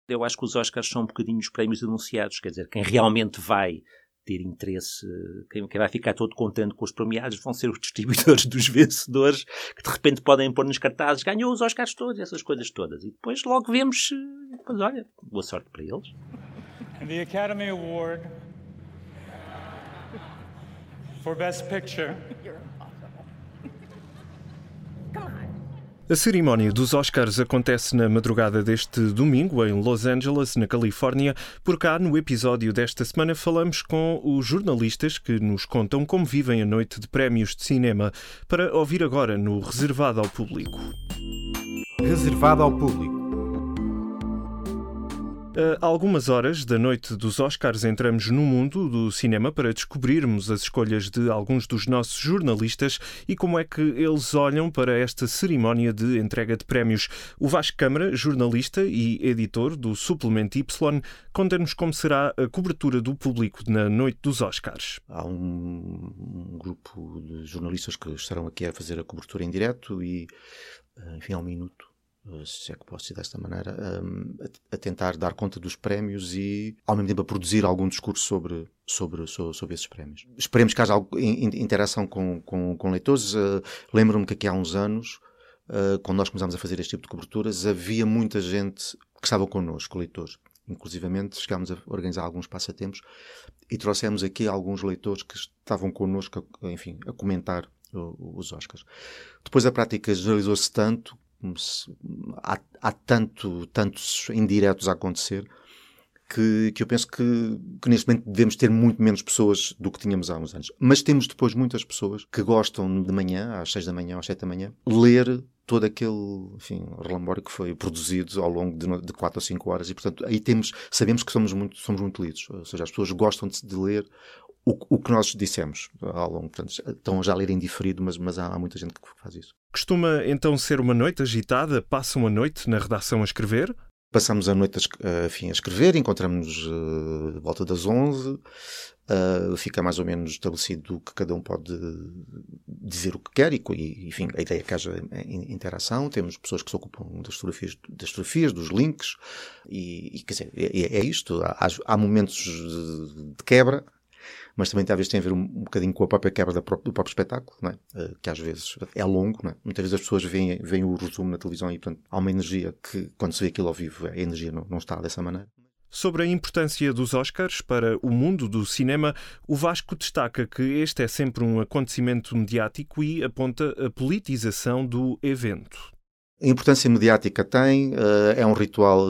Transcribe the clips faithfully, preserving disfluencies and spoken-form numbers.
Eu acho que os Oscars são um bocadinho os prémios anunciados, quer dizer, quem realmente vai ter interesse, quem, quem vai ficar todo contente com os premiados vão ser os distribuidores dos vencedores, que de repente podem pôr nos cartazes, ganhou os Oscars todos, essas coisas todas. E depois logo vemos, depois olha, boa sorte para eles. And the Academy Award for Best Picture. A cerimónia dos Oscars acontece na madrugada deste domingo em Los Angeles, na Califórnia. Por cá, no episódio desta semana, falamos com os jornalistas que nos contam como vivem a noite de prémios de cinema, para ouvir agora no Reservado ao Público. Reservado ao Público. A algumas horas da noite dos Oscars entramos no mundo do cinema para descobrirmos as escolhas de alguns dos nossos jornalistas e como é que eles olham para esta cerimónia de entrega de prémios. O Vasco Câmara, jornalista e editor do Suplemento Y, conta-nos como será a cobertura do público na noite dos Oscars. Há um, um grupo de jornalistas que estarão aqui a fazer a cobertura em direto e, enfim, ao minuto, se é que posso dizer desta maneira, a, a tentar dar conta dos prémios e, ao mesmo tempo, a produzir algum discurso sobre, sobre, sobre, sobre esses prémios. Esperemos que haja interação com, com, com leitores. Uh, Lembro-me que aqui há uns anos, uh, quando nós começámos a fazer este tipo de coberturas, havia muita gente que estava connosco, leitores. Inclusivamente, chegámos a organizar alguns passatempos e trouxemos aqui alguns leitores que estavam connosco, enfim, a comentar uh, os Oscars. Depois a prática generalizou-se tanto, Há, há tanto, tantos indiretos a acontecer que, que eu penso que, que neste momento devemos ter muito menos pessoas do que tínhamos há uns anos. Mas temos depois muitas pessoas que gostam de manhã, às seis da manhã, às sete da manhã, ler todo aquele, enfim, relambório que foi produzido ao longo de, de quatro ou cinco horas e, portanto, aí temos, sabemos que somos muito, somos muito lidos. Ou seja, as pessoas gostam de, de ler o, o que nós dissemos ao longo. Portanto, estão já a ler em diferido, mas, mas há, há muita gente que faz isso. Costuma então ser uma noite agitada? Passam a noite na redação a escrever? Passamos a noite a, enfim, a escrever, encontramos-nos uh, volta das onze, uh, fica mais ou menos estabelecido que cada um pode dizer o que quer e, enfim, a ideia é que haja interação. Temos pessoas que se ocupam das fotografias, das fotografias dos links e, e quer dizer, é, é isto. Há, há momentos de quebra, mas também talvez tenha a ver um, um bocadinho com a própria quebra da pró- do próprio espetáculo, não é? Uh, que às vezes é longo, não é? Muitas vezes as pessoas veem, veem o resumo na televisão e, portanto, há uma energia que, quando se vê aquilo ao vivo, a energia não, não está dessa maneira. Sobre a importância dos Oscars para o mundo do cinema, o Vasco destaca que este é sempre um acontecimento mediático e aponta a politização do evento. A importância mediática tem, uh, é um ritual,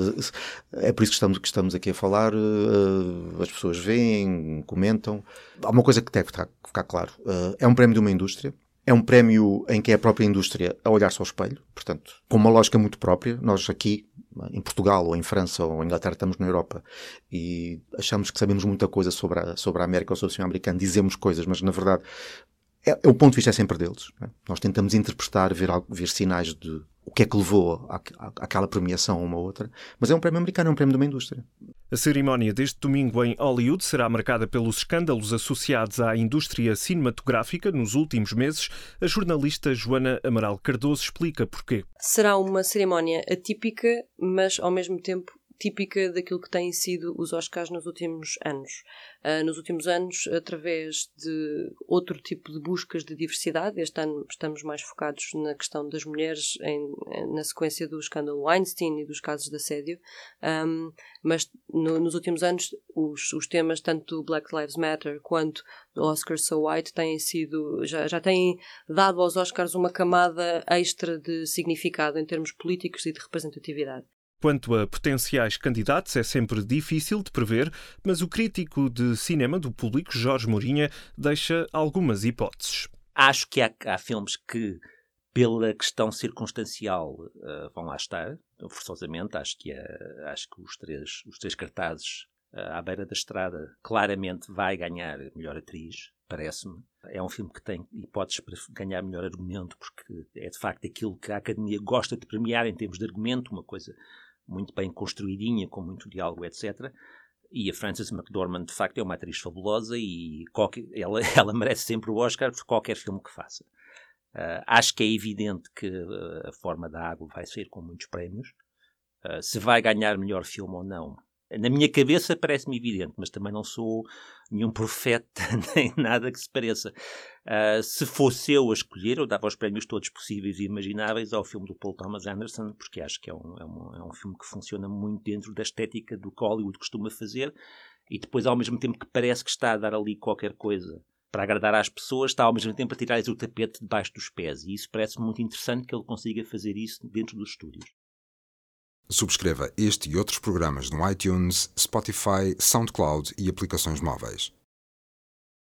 é por isso que estamos, que estamos aqui a falar, uh, as pessoas veem, comentam. Há uma coisa que deve ficar, ficar claro, uh, é um prémio de uma indústria, é um prémio em que é a própria indústria a olhar-se ao espelho, portanto, com uma lógica muito própria. Nós aqui, em Portugal, ou em França, ou em Inglaterra, estamos na Europa e achamos que sabemos muita coisa sobre a, sobre a América ou sobre o cinema americano, dizemos coisas, mas na verdade, é, é, o ponto de vista é sempre deles. Não é? Nós tentamos interpretar, ver, ver sinais de o que é que levou à, à, àquela premiação a uma outra, mas é um prémio americano, é um prémio de uma indústria. A cerimónia deste domingo em Hollywood será marcada pelos escândalos associados à indústria cinematográfica nos últimos meses. A jornalista Joana Amaral Cardoso explica porquê. Será uma cerimónia atípica, mas ao mesmo tempo típica daquilo que têm sido os Oscars nos últimos anos. Uh, nos últimos anos, através de outro tipo de buscas de diversidade, este ano estamos mais focados na questão das mulheres, em, na sequência do escândalo Weinstein e dos casos de assédio, um, mas no, nos últimos anos os, os temas tanto do Black Lives Matter quanto do Oscar So White têm sido, já, já têm dado aos Oscars uma camada extra de significado em termos políticos e de representatividade. Quanto a potenciais candidatos, é sempre difícil de prever, mas o crítico de cinema do Público, Jorge Mourinha, deixa algumas hipóteses. Acho que há, há filmes que, pela questão circunstancial, uh, vão lá estar, forçosamente. Acho que, uh, acho que os, três, os três cartazes uh, à beira da estrada claramente vai ganhar melhor atriz, parece-me. É um filme que tem hipóteses para ganhar melhor argumento, porque é de facto aquilo que a Academia gosta de premiar em termos de argumento, uma coisa muito bem construidinha, com muito diálogo, etcétera. E a Frances McDormand, de facto, é uma atriz fabulosa e qualquer, ela, ela merece sempre o Oscar por qualquer filme que faça. Uh, acho que é evidente que uh, A Forma da Água vai sair com muitos prémios. Uh, se vai ganhar melhor filme ou não, na minha cabeça parece-me evidente, mas também não sou nenhum profeta nem nada que se pareça. Uh, se fosse eu a escolher, eu dava os prémios todos possíveis e imagináveis ao filme do Paul Thomas Anderson, porque acho que é um, é um, é um filme que funciona muito dentro da estética do que Hollywood costuma fazer, e depois, ao mesmo tempo que parece que está a dar ali qualquer coisa para agradar às pessoas, está ao mesmo tempo a tirar-lhes o tapete debaixo dos pés. E isso parece-me muito interessante, que ele consiga fazer isso dentro dos estúdios. Subscreva este e outros programas no iTunes, Spotify, SoundCloud e aplicações móveis.